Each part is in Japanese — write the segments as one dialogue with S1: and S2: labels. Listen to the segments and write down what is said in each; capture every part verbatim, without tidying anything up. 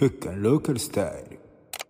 S1: フッカローカルスタイル、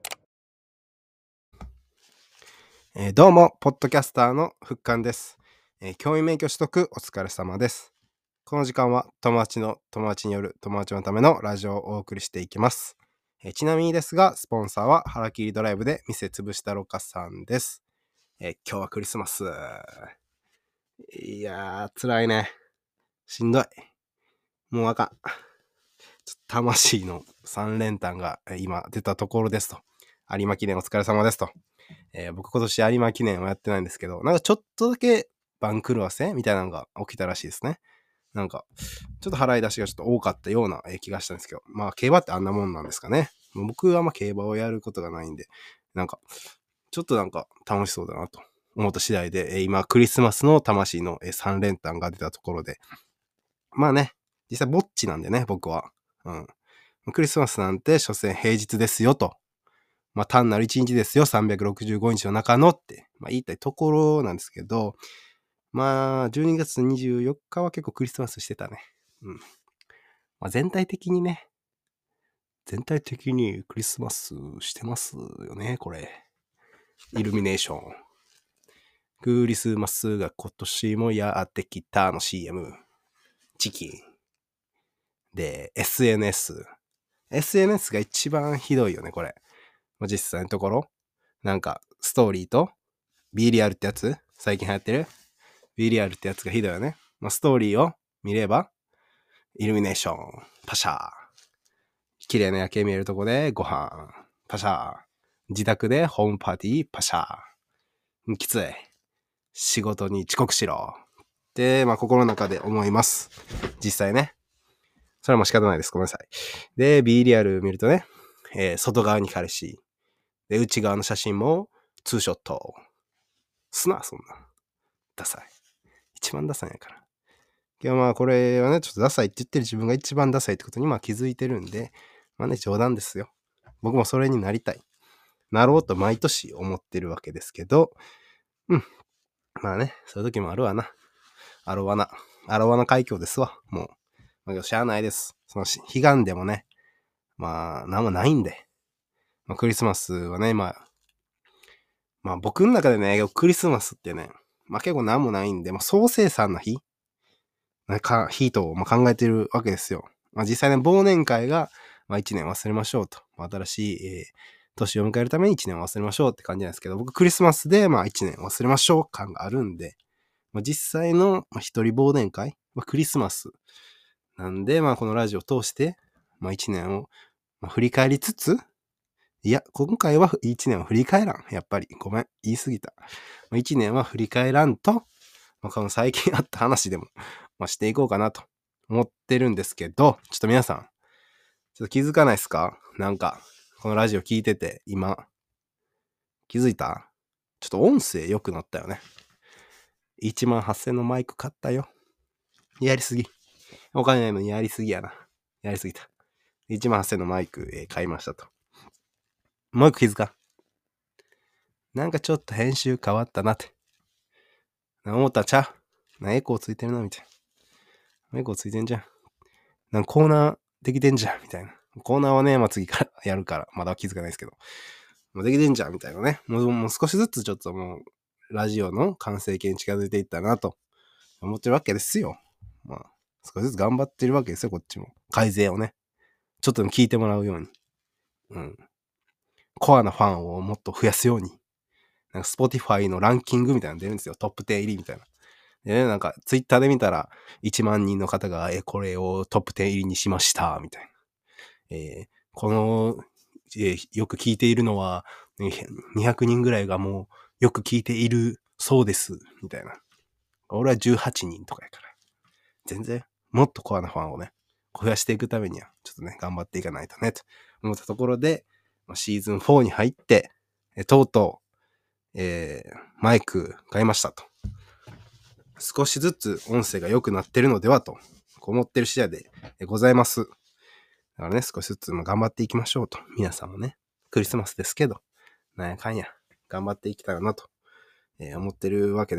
S1: えー、どうもポッドキャスターのフッカンです、えー、教員免許取得お疲れ様です。この時間は友達の友達による友達のためのラジオをお送りしていきます。えー、ちなみにですがスポンサーは腹切りドライブで店潰したろかさんです。えー、今日はクリスマス。いやー辛いね、しんどい、もうあかん。魂のさん連単が今出たところですと。有馬記念お疲れ様ですと。えー、僕今年有馬記念はやってないんですけど、なんかちょっとだけ番狂わせみたいなのが起きたらしいですね。なんかちょっと払い出しがちょっと多かったような気がしたんですけど、まあ競馬ってあんなもんなんですかね。僕はあんま競馬をやることがないんで、なんかちょっとなんか楽しそうだなと思った次第で、今クリスマスの魂のさん連単が出たところで、まあね、実際ぼっちなんでね、僕は。うん。クリスマスなんて所詮平日ですよと。まあ単なるいちにちですよ、さんびゃくろくじゅうごにちの中のって、まあ、言いたいところなんですけど、まあじゅうにがつにじゅうよっかは結構クリスマスしてたね。うん。まあ全体的にね、全体的にクリスマスしてますよね、これ。イルミネーション。クリスマスが今年もやってきたの シーエム。チキン。で、エスエヌエス。エスエヌエス が一番ひどいよね、これ。実際のところ。なんか、ストーリーと、ビーリアルってやつ最近流行ってる ビーリアルってやつがひどいよね。まあ、ストーリーを見れば、イルミネーション、パシャー。綺麗な夜景見えるとこでご飯、パシャー。自宅でホームパーティー、パシャー。きつい。仕事に遅刻しろ。で、まあ、心の中で思います。実際ね。それはもう仕方ないです。ごめんなさい。で、ビーリアル見るとね、えー、外側に彼氏。で、内側の写真もツーショット。すな、そんな。ダサい。一番ダサいんやから。いや、まあ、これはね、ちょっとダサいって言ってる自分が一番ダサいってことにまあ気づいてるんで、まあね、冗談ですよ。僕もそれになりたい。なろうと毎年思ってるわけですけど、うん。まあね、そういう時もあるわな。あろわな。あろわな海峡ですわ。もう。まあ、しゃあないです。その、悲願でもね、まあ、なんもないんで。まあ、クリスマスはね、まあ、まあ僕の中でね、クリスマスってね、まあ結構なんもないんで、まあ総生産な日か、日と、まあ、考えてるわけですよ。まあ実際ね、忘年会が、まあ一年忘れましょうと。まあ、新しい、えー、年を迎えるために一年忘れましょうって感じなんですけど、僕クリスマスでまあ一年忘れましょう感があるんで、まあ、実際の一人忘年会、まあ、クリスマスなんで、まあこのラジオを通して、まあ一年を、まあ、振り返りつつ、いや、今回は一年を振り返らん。やっぱり。ごめん。言い過ぎた。一年は振り返らんと、まあ、この最近あった話でも、まあ、していこうかなと思ってるんですけど、ちょっと皆さん、ちょっと気づかないですか？なんか、このラジオ聞いてて、今、気づいた？ちょっと音声良くなったよね。いちまんはっせんのマイク買ったよ。やりすぎ。お金ないのにやりすぎやな。やりすぎた。いちまんはっせんのマイク、えー、買いましたと。もう一個気づか？なんかちょっと編集変わったなって。思ったんちゃう？なエコーついてるな、みたいな。エコーついてんじゃん。なんかコーナーできてんじゃん、みたいな。コーナーはね、まあ、次からやるから、まだ気づかないですけど。もうできてんじゃん、みたいなね。もう、もう少しずつちょっともう、ラジオの完成形に近づいていったなと思ってるわけですよ。まあ、少しずつ頑張ってるわけですよ、こっちも。改善をね。ちょっとでも聞いてもらうように。うん。コアなファンをもっと増やすように。なんか、Spotify のランキングみたいなの出るんですよ。トップじゅう入りみたいな。でね、なんか、ツイッターで見たら、いちまんにんの方が、え、これをトップじゅう入りにしました、みたいな。えー、この、えー、よく聞いているのは、にひゃくにんぐらいがもう、よく聞いているそうです、みたいな。俺はじゅうはちにんとかやから。全然、もっとコアなファンをね、増やしていくためには、ちょっとね、頑張っていかないとね、と思ったところで、シーズンフォーに入って、とうとう、えー、マイク買いましたと。少しずつ音声が良くなってるのではと思ってる次第でございます。だからね、少しずつ頑張っていきましょうと。皆さんもね、クリスマスですけど、なんやかんや、頑張っていきたらなと、えー、思ってるわけです。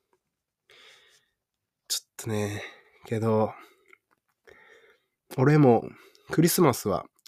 S1: ちょっとね、けど、俺もクリスマスは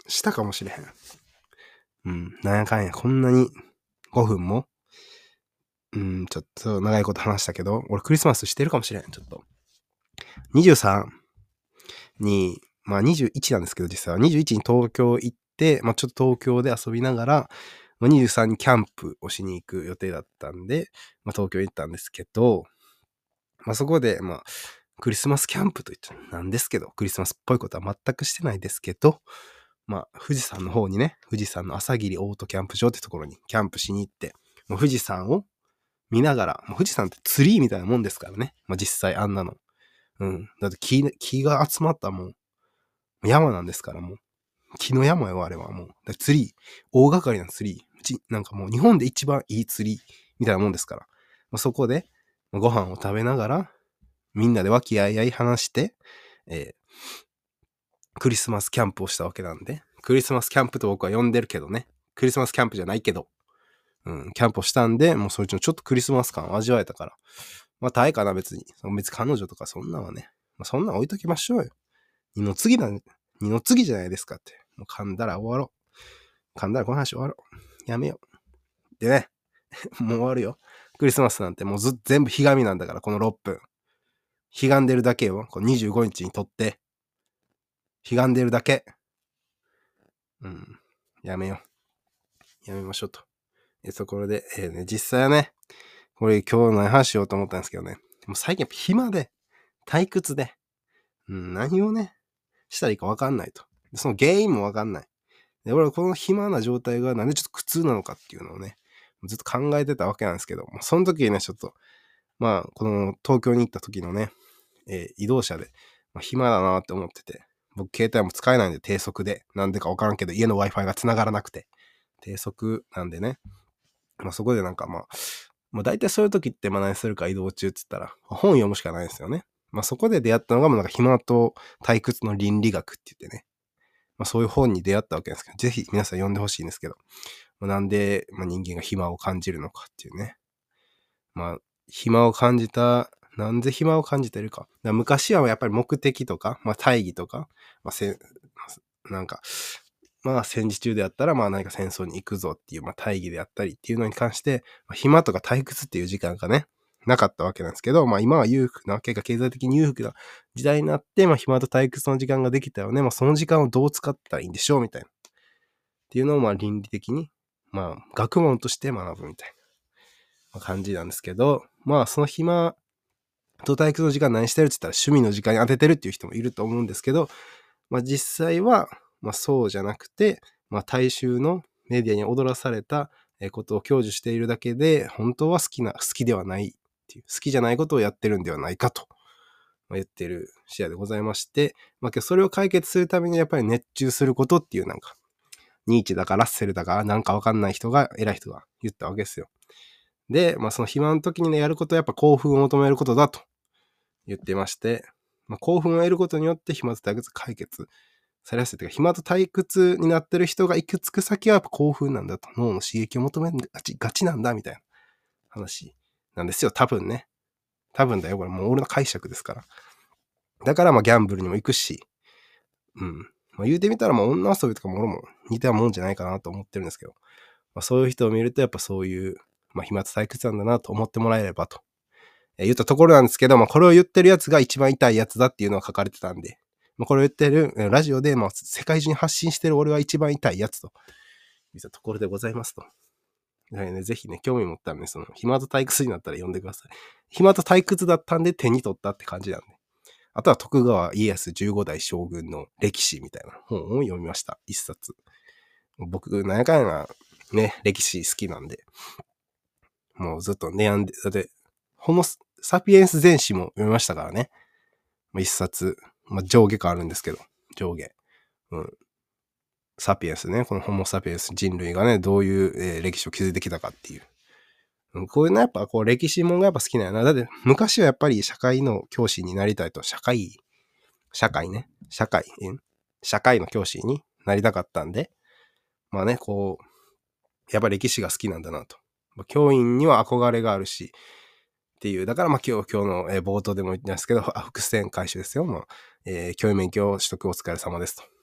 S1: したかもしれへん。うん。なんやかんや、こんなにごふんも、うん、ちょっと長いこと話したけど、俺クリスマスしてるかもしれん。ちょっと。にじゅうさんに、まあにじゅういちなんですけど、実際はにじゅういちに東京行って、まあちょっと東京で遊びながら、まあ、にじゅうさんにキャンプをしに行く予定だったんで、まあ東京行ったんですけど、まあそこで、まあ、クリスマスキャンプと言ってなんですけど、クリスマスっぽいことは全くしてないですけど、まあ、富士山の方にね、富士山の朝霧オートキャンプ場ってところにキャンプしに行って、もう富士山を見ながら、もう富士山ってツリーみたいなもんですからね。まあ実際あんなの。うん。だって木、木が集まったもん。山なんですからもう。木の山よ、あれはもう。だツリー。大掛かりなツリー。ちなんかもう日本で一番いいツリーみたいなもんですから。まあ、そこでご飯を食べながら、みんなで和気あいあい話して、えー、クリスマスキャンプをしたわけなんで、クリスマスキャンプと僕は呼んでるけどね。クリスマスキャンプじゃないけど、うん、キャンプをしたんで、もうそいつのちょっとクリスマス感を味わえたから。まあ、大かな、別に。別に彼女とかそんなのはね。まあ、そんなの置いときましょうよ。二の次だ、二の次じゃないですかって。もう噛んだら終わろう。噛んだらこの話終わろう。やめよう。でね、もう終わるよ。クリスマスなんてもうず全部ひがみなんだから、このろっぷん。ひがんでるだけよ。このにじゅうごにちにとって。ひがんでるだけ。うん。やめよう。やめましょうと。え、ところで、えー、ね、実際はね、これ今日何話しようと思ったんですけどね。もう最近やっぱ暇で、退屈で、うん、何をね、したらいいか分かんないと。その原因も分かんない。で、俺はこの暇な状態がなんでちょっと苦痛なのかっていうのをね、ずっと考えてたわけなんですけど、その時にね、ちょっと、まあ、この東京に行った時のね、えー、移動車で、まあ、暇だなって思ってて、僕携帯も使えないんで低速で、なんでか分からんけど家の Wi-Fi が繋がらなくて、低速なんでね、まあそこでなんかまあ、まあ大体そういう時ってまあ何するか移動中って言ったら、本読むしかないんですよね。まあそこで出会ったのがもうなんか暇と退屈の倫理学って言ってね、まあそういう本に出会ったわけですけど、ぜひ皆さん読んでほしいんですけど、まあ、なんで、まあ、人間が暇を感じるのかっていうね。まあ、暇を感じた、なんで暇を感じてるか。か昔はやっぱり目的とか、まあ大義とか、まあせ、なんか、まあ戦時中であったら、まあ何か戦争に行くぞっていう、まあ大義であったりっていうのに関して、まあ、暇とか退屈っていう時間がね、なかったわけなんですけど、まあ今は裕福な、結果経済的に裕福な時代になって、まあ暇と退屈の時間ができたよね。まあその時間をどう使ったらいいんでしょうみたいな。っていうのをまあ倫理的に、まあ学問として学ぶみたいな感じなんですけど、まあその暇と退屈の時間何してるって言ったら趣味の時間に当ててるっていう人もいると思うんですけど、まあ実際は、まあそうじゃなくて、まあ大衆のメディアに踊らされたことを享受しているだけで、本当は好きな、好きではないっていう、好きじゃないことをやってるんではないかと言ってる視野でございまして、まあそれを解決するためにやっぱり熱中することっていうなんか、ニーチェだかラッセルだかなんかわかんない人が、偉い人が言ったわけですよ。で、まあその暇の時にね、やることはやっぱ興奮を求めることだと言ってまして、まあ、興奮を得ることによって暇と退屈解決されやすいというか、暇と退屈になってる人が行き着く先はやっぱ興奮なんだと。脳の刺激を求めがち、がちなんだみたいな話なんですよ。多分ね。多分だよ。これもう俺の解釈ですから。だからまあギャンブルにも行くし、うん。まあ、言うてみたらまあ女遊びとかも俺も似たもんじゃないかなと思ってるんですけど、まあ、そういう人を見るとやっぱそういう、まあ、暇と退屈なんだなと思ってもらえればと、えー、言ったところなんですけど、まあ、これを言ってるやつが一番痛いやつだっていうのが書かれてたんで、まあ、これを言ってるラジオで、まあ、世界中に発信してる俺は一番痛いやつといったところでございますと。ね、ぜひね、興味持ったらね、その、暇と退屈になったら読んでください。暇と退屈だったんで手に取ったって感じなんで。あとは徳川家康じゅうご代将軍の歴史みたいな本を読みました。一冊。僕、なんやかんやね、歴史好きなんで、もうずっと悩んで、だって、ホモサピエンス全史も読みましたからね。一冊、まあ、上下変わるんですけど、上下。うん。サピエンスね、このホモサピエンス人類がね、どういう、えー、歴史を築いてきたかっていう。うん、こういうのやっぱこう歴史もんがやっぱ好きなんやな。だって昔はやっぱり社会の教師になりたいと、社会、社会ね、社会、社会の教師になりたかったんで、まあね、こう、やっぱり歴史が好きなんだなと。教員には憧れがあるし、っていう。だからまあ今日、今日の、えー、冒頭でも言ったんですけど、あ、伏線回収ですよ。もう、えー、教員免許取得お疲れ様ですと。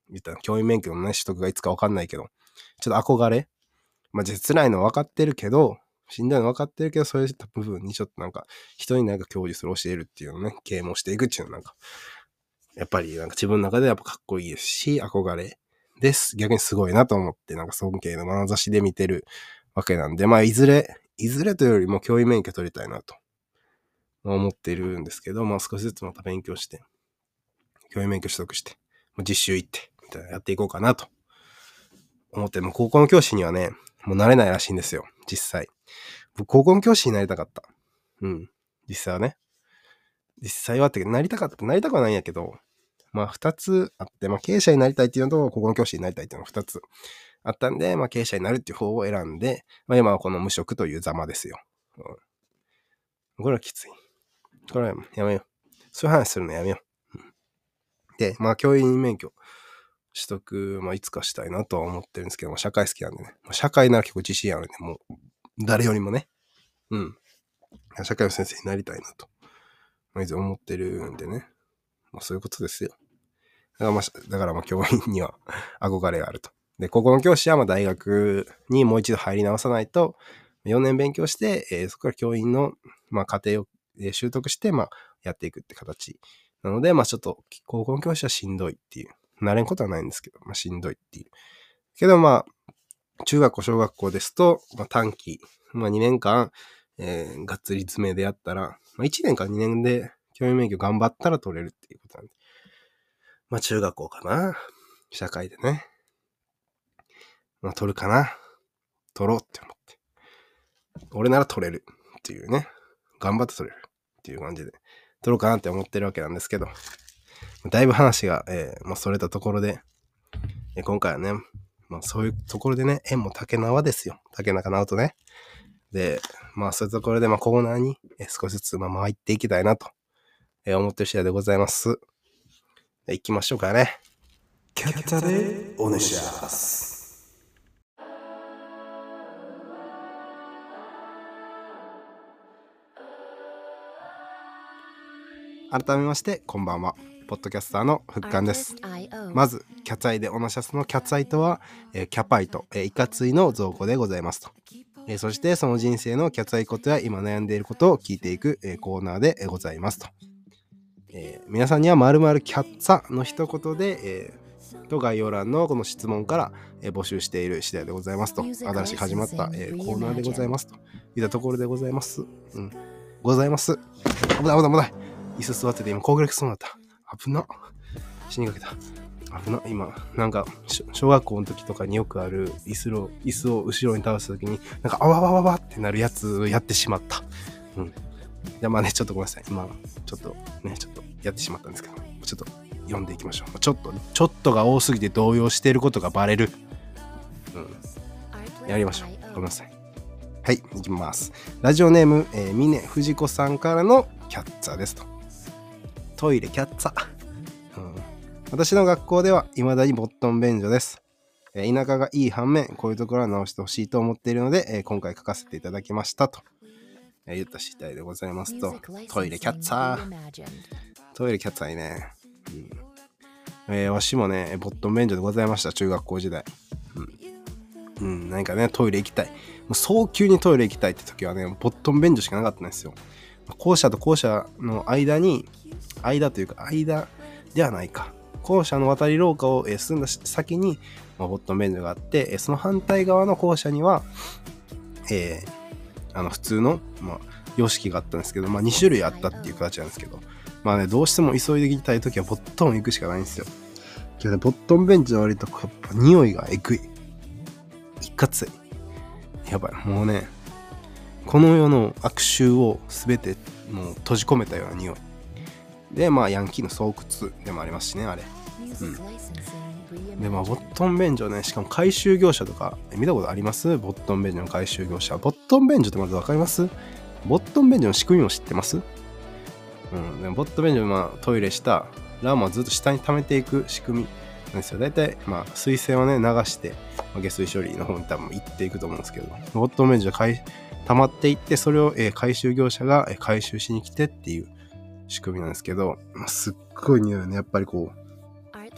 S1: 言ったら教員免許のね、取得がいつか分かんないけど、ちょっと憧れ、まあ実辛いのは分かってるけど、しんどいの分かってるけど、そういう部分にちょっとなんか、人になんか享受する、教えるっていうのをね、啓蒙していくっていうのなんか、やっぱりなんか自分の中でやっぱかっこいいですし、憧れです。逆にすごいなと思って、なんか尊敬の眼差しで見てるわけなんで、まあいずれ、いずれというよりも教員免許取りたいなと思っているんですけど、まあ少しずつまた勉強して、教員免許取得して、実習行って、みたいなやっていこうかなと思って、もう高校の教師にはね、もうなれないらしいんですよ、実際。僕、高校の教師になりたかった。うん。実際はね。実際はって、なりたかった、なりたくはないんやけど、まあ二つあって、まあ経営者になりたいっていうのと、高校の教師になりたいっていうのが二つあったんで、まあ経営者になるっていう方を選んで、まあ今はこの無職というざまですよ。うん。これはきつい。これはやめよう。そういう話するのやめよう。うん、で、まあ教員免許取得、まあいつかしたいなとは思ってるんですけども、社会好きなんでね。社会なら結構自信あるんで、もう誰よりもね。うん。社会の先生になりたいなと、まあ、いつ思ってるんでね。まあそういうことですよ。だからまあ、だからまあ教員には憧れがあると。で、高校の教師はまあ大学にもう一度入り直さないと、よねん勉強して、えー、そこから教員の、まあ、課程を習得して、まあ、やっていくって形。なので、まあちょっと、高校の教師はしんどいっていう。慣れんことはないんですけど、まあしんどいっていう。けどまあ、中学校、小学校ですと、まあ短期、まあにねんかん、えー、がっつり詰めでやったら、まあいちねんかにねんで教員免許頑張ったら取れるっていうことなんで。まあ中学校かな。社会でね。まあ取るかな。取ろうって思って。俺なら取れるっていうね。頑張って取れるっていう感じで。取ろうかなって思ってるわけなんですけど。だいぶ話が、えー、まあそれたところで、えー、今回はね、まあそういうところでね、縁も竹縄ですよ。竹中直人ね。で、まあそういうところで、まあコーナーに少しずつまあ回っていきたいなと思ってる次第でございます。行きましょうかね。キャッタでお願いします。改めましてこんばんは。ポッドキャスターのふっかんです。まずキャツアイでオナシャスのキャツアイとは、えー、キャパイと、えー、イカツイの造語でございますと、えー、そしてその人生のキャツアイことや今悩んでいることを聞いていく、えー、コーナーでございますと、えー、皆さんには〇〇キャッツァの一言で、えー、と概要欄のこの質問から、えー、募集している次第でございますと、新しく始まった、えー、コーナーでございますといったところでございます。うん、ございます。危ない危ない危ない。椅子座ってて今攻撃しそうになった。危な。死にかけた。危な。今、なんか、小学校の時とかによくある椅子を、椅子を後ろに倒した時に、なんか、あわわわわってなるやつをやってしまった。うん。じゃあまあね、ちょっとごめんなさい。今、ちょっとね、ちょっとやってしまったんですけど、ちょっと読んでいきましょう。ちょっと、ちょっとが多すぎて動揺していることがバレる。うん。やりましょう。ごめんなさい。はい、いきます。ラジオネーム、えー、峰藤子さんからのキャッツァですと。トイレキャッツァ、うん、私の学校では未だにボットン便所です。えー、田舎がいい反面こういうところは直してほしいと思っているので、えー、今回書かせていただきましたと、えー、言った次第でございますと。トイレキャッツァ、トイレキャッツァいいね、うん、えー、わしもねボットン便所でございました。中学校時代、うん、うん、何かねトイレ行きたい、もう早急にトイレ行きたいって時はねボットン便所しかなかったんですよ。校舎と校舎の間に間というか間ではないか、校舎の渡り廊下を進んだ先に、まあ、ボットン便所があって、その反対側の校舎には、えー、あの普通の、まあ、様式があったんですけど、まあ、に種類あったっていう形なんですけど、まあねどうしても急いで行きたいときはボットン行くしかないんですよ。けどねボットン便所は割とやっぱ匂いがえぐい、いかつい、やばい、もうねこの世の悪臭を全てもう閉じ込めたような匂いで、まあヤンキーの巣窟でもありますしねあれ、うん、でまあボットン便所ね、しかも回収業者とか見たことあります？ボットン便所の回収業者、ボットン便所ってまず分かります？ボットン便所の仕組みを知ってます？うん、でもボットン便所でまあトイレしたラーマをずっと下に溜めていく仕組みなんですよ。だいたいまあ水洗をね流して、まあ、下水処理の方に多分行っていくと思うんですけど、ボットン便所回溜まっていって、それを、えー、回収業者が、えー、回収しに来てっていう仕組みなんですけど、まあ、すっごい匂いね。やっぱりこう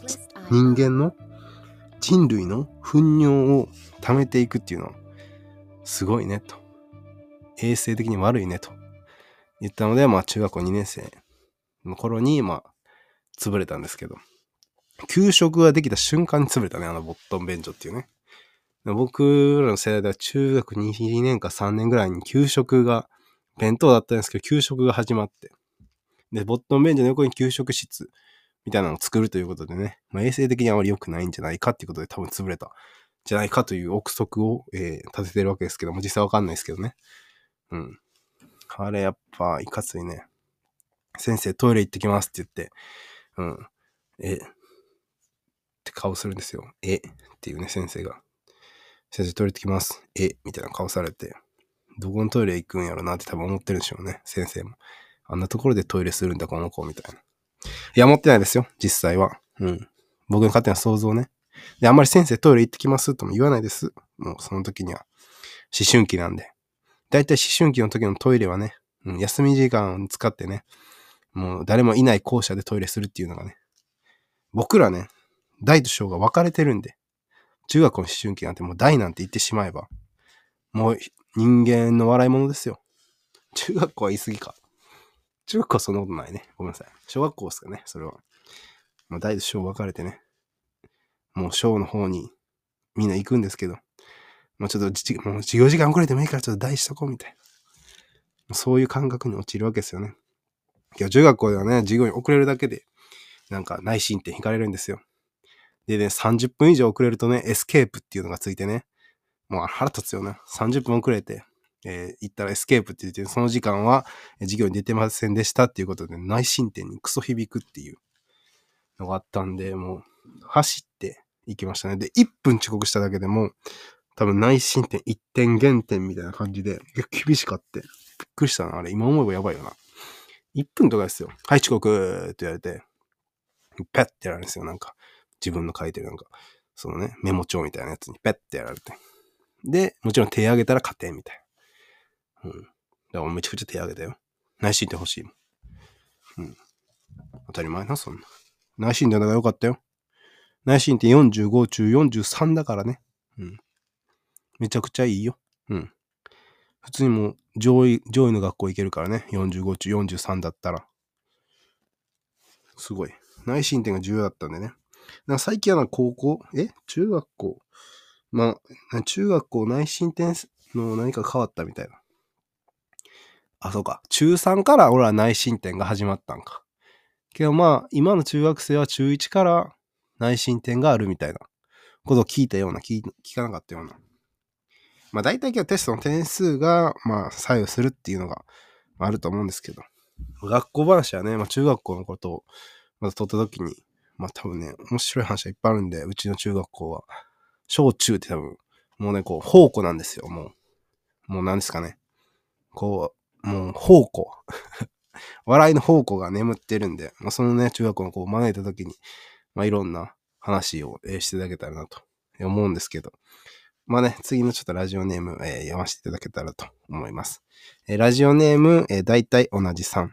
S1: 人間の人類の糞尿を溜めていくっていうのはすごいねと、衛生的に悪いねと言ったので、まあ中学校にねん生の頃にまあ潰れたんですけど、給食ができた瞬間に潰れたね、あのボットン便所っていうね。僕らの世代では中学にねんかさんねんぐらいに給食が弁当だったんですけど、給食が始まって、でボットン便所の横に給食室みたいなのを作るということでね、まあ、衛生的にあまり良くないんじゃないかっていうことで多分潰れたじゃないかという憶測を、えー、立ててるわけですけども、実際わかんないですけどね。うん。あれやっぱいかついね。先生トイレ行ってきますって言って、うん。えって顔するんですよ。えっていうね、先生が。先生トイレ行ってきます。えみたいな顔されて、どこのトイレ行くんやろなって多分思ってるんでしょうね、先生も。あんなところでトイレするんだ、この子、みたいな。いや、持ってないですよ、実際は。うん。僕の勝手な想像ね。で、あんまり先生トイレ行ってきますとも言わないです。もうその時には。思春期なんで。だいたい思春期の時のトイレはね、うん、休み時間を使ってね、もう誰もいない校舎でトイレするっていうのがね、僕らね、大と小が分かれてるんで、中学校の思春期なんてもう大なんて言ってしまえば、もう人間の笑い物ですよ。中学校は言い過ぎか。中学校はそんなことないね。ごめんなさい。小学校ですかね、それは。まあ、大と小分かれてね、もう小の方にみんな行くんですけど、もうちょっともう授業時間遅れてもいいからちょっと大しとこうみたいな。そういう感覚に陥るわけですよね。いや、中学校ではね、授業に遅れるだけで、なんか内申点引かれるんですよ。でね、さんじゅっぷん以上遅れるとね、エスケープっていうのがついてね、もう腹立つよな。さんじゅっぷん遅れて、えー、行ったらエスケープって言って、その時間は授業に出てませんでしたっていうことで、内申点にクソ響くっていうのがあったんで、もう走って行きましたね。で、いっぷん遅刻しただけでも、多分内申点いってん減点みたいな感じで、厳しかって。びっくりしたな。あれ、今思えばやばいよな。いっぷんとかですよ。はい、遅刻って言われて、ペッてやられるんですよ。なんか、自分の書いてるなんか、そのね、メモ帳みたいなやつにペッてやられて。で、もちろん手挙げたら勝て、みたいな。うん。だからめちゃくちゃ手挙げたよ。内申点欲しいもん。うん。当たり前な、そんな。内申点だからよかったよ。内申点よんじゅうご中よんじゅうさんだからね。うん。めちゃくちゃいいよ。うん。普通にもう上位、上位の学校行けるからね。よんじゅうご中よんじゅうさんだったら。すごい。内申点が重要だったんでね。なんか最近は高校え中学校まあ、中学校内申点の何か変わったみたいな。あ、そうか。中さんから俺は内申点が始まったんか。けどまあ、今の中学生は中いちから内申点があるみたいなことを聞いたような、聞, 聞かなかったような。まあ大体今日テストの点数がまあ左右するっていうのがあると思うんですけど。学校話はね、まあ中学校のことをまた取った時に、まあ多分ね、面白い話はいっぱいあるんで、うちの中学校は。小中って多分、もうね、こう、宝庫なんですよ、もう。もう何ですかね。こう、もう宝庫。笑いの宝庫が眠ってるんで、まあ、そのね、中学校の子を招いた時に、まあいろんな話を、えー、していただけたらなと思うんですけど。まあね、次のちょっとラジオネーム、えー、読ませていただけたらと思います。えー、ラジオネーム、えー、大体同じさん。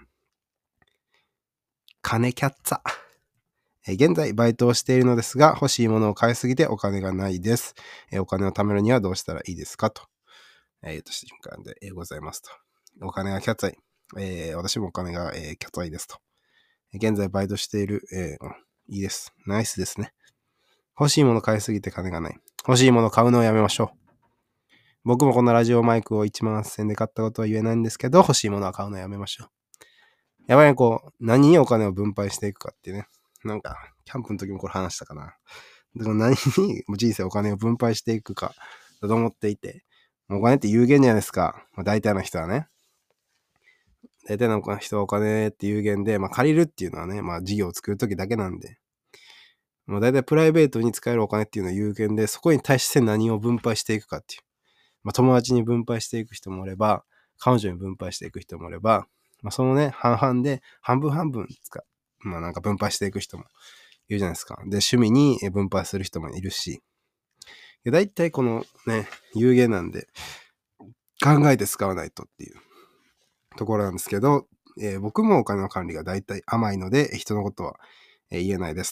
S1: 金キャッツァ。えー、現在バイトをしているのですが、欲しいものを買いすぎてお金がないです。えー、お金を貯めるにはどうしたらいいですかと。えー、言った瞬間で、えー、ございますと。お金がキャッツァイ。えー、私もお金が、えー、キャッツァイですと。現在バイトしている、えー、いいです。ナイスですね。欲しいもの買いすぎて金がない。欲しいもの買うのをやめましょう。僕もこのラジオマイクをいちまんはっせんで買ったことは言えないんですけど、欲しいものは買うのをやめましょう。やばいね、こう、何にお金を分配していくかってね。なんか、キャンプの時もこれ話したかな。でも何に人生お金を分配していくかだと思っていて、お金って有限じゃないですか。まあ、大体の人はね。大体の人はお金って有限で、まあ借りるっていうのはね、まあ事業を作るときだけなんで、もう大体プライベートに使えるお金っていうのは有限で、そこに対して何を分配していくかっていう。まあ友達に分配していく人もおれば、彼女に分配していく人もおれば、まあそのね、半々で半分半分使う。まあなんか分配していく人もいるじゃないですか。で、趣味に分配する人もいるし、大体このね、有限なんで、考えて使わないとっていうところなんですけど、えー、僕もお金の管理が大体甘いので、人のことは、えー、言えないですと。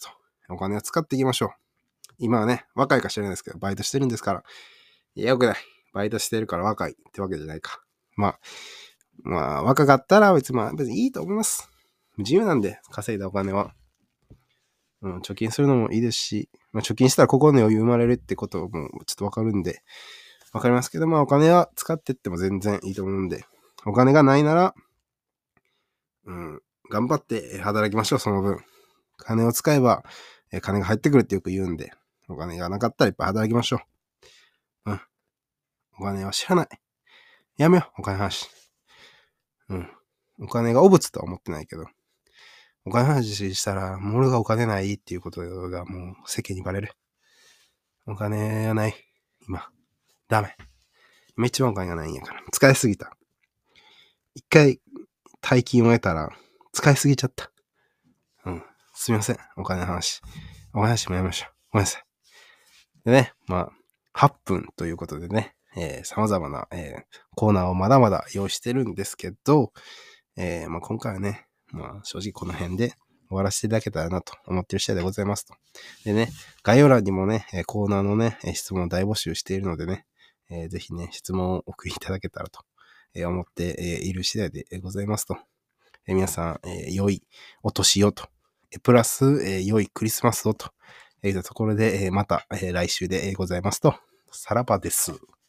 S1: お金を使っていきましょう。今はね、若いか知らないですけど、バイトしてるんですから。いや、よくない。バイトしてるから若いってわけじゃないか。まあ、まあ、若かったら別に、まあ、別にいいと思います。自由なんで、稼いだお金は。うん、貯金するのもいいですし、まあ、貯金したら心の余裕生まれるってこともちょっとわかるんで、わかりますけど、まあお金は使ってっても全然いいと思うんで、お金がないなら、うん、頑張って働きましょう、その分。金を使えば、え金が入ってくるってよく言うんで、お金がなかったらいっぱい働きましょう。うん。お金は知らない。やめよう、お金の話。うん。お金が汚物とは思ってないけど、お金の話したら、もう俺がお金ないっていうことがもう世間にバレる。お金がない。今。ダメ。今一番お金がないんやから。使いすぎた。一回、大金を得たら、使いすぎちゃった。うん。すみません。お金の話。お金の話もやめましょう。ごめんなさい。でね、まあ、はっぷんということでね、えー、様々な、えー、コーナーをまだまだ用意してるんですけど、えー、まあ今回はね、まあ正直この辺で終わらせていただけたらなと思っている次第でございますと。でね、概要欄にもね、コーナーのね、質問を大募集しているのでね、えー、ぜひね、質問をお送りいただけたらと思っている次第でございますと。えー、皆さん、えー、良いお年をと、プラス、えー、良いクリスマスをと、えー、ところで、えー、また、えー、来週でございますと、さらばです。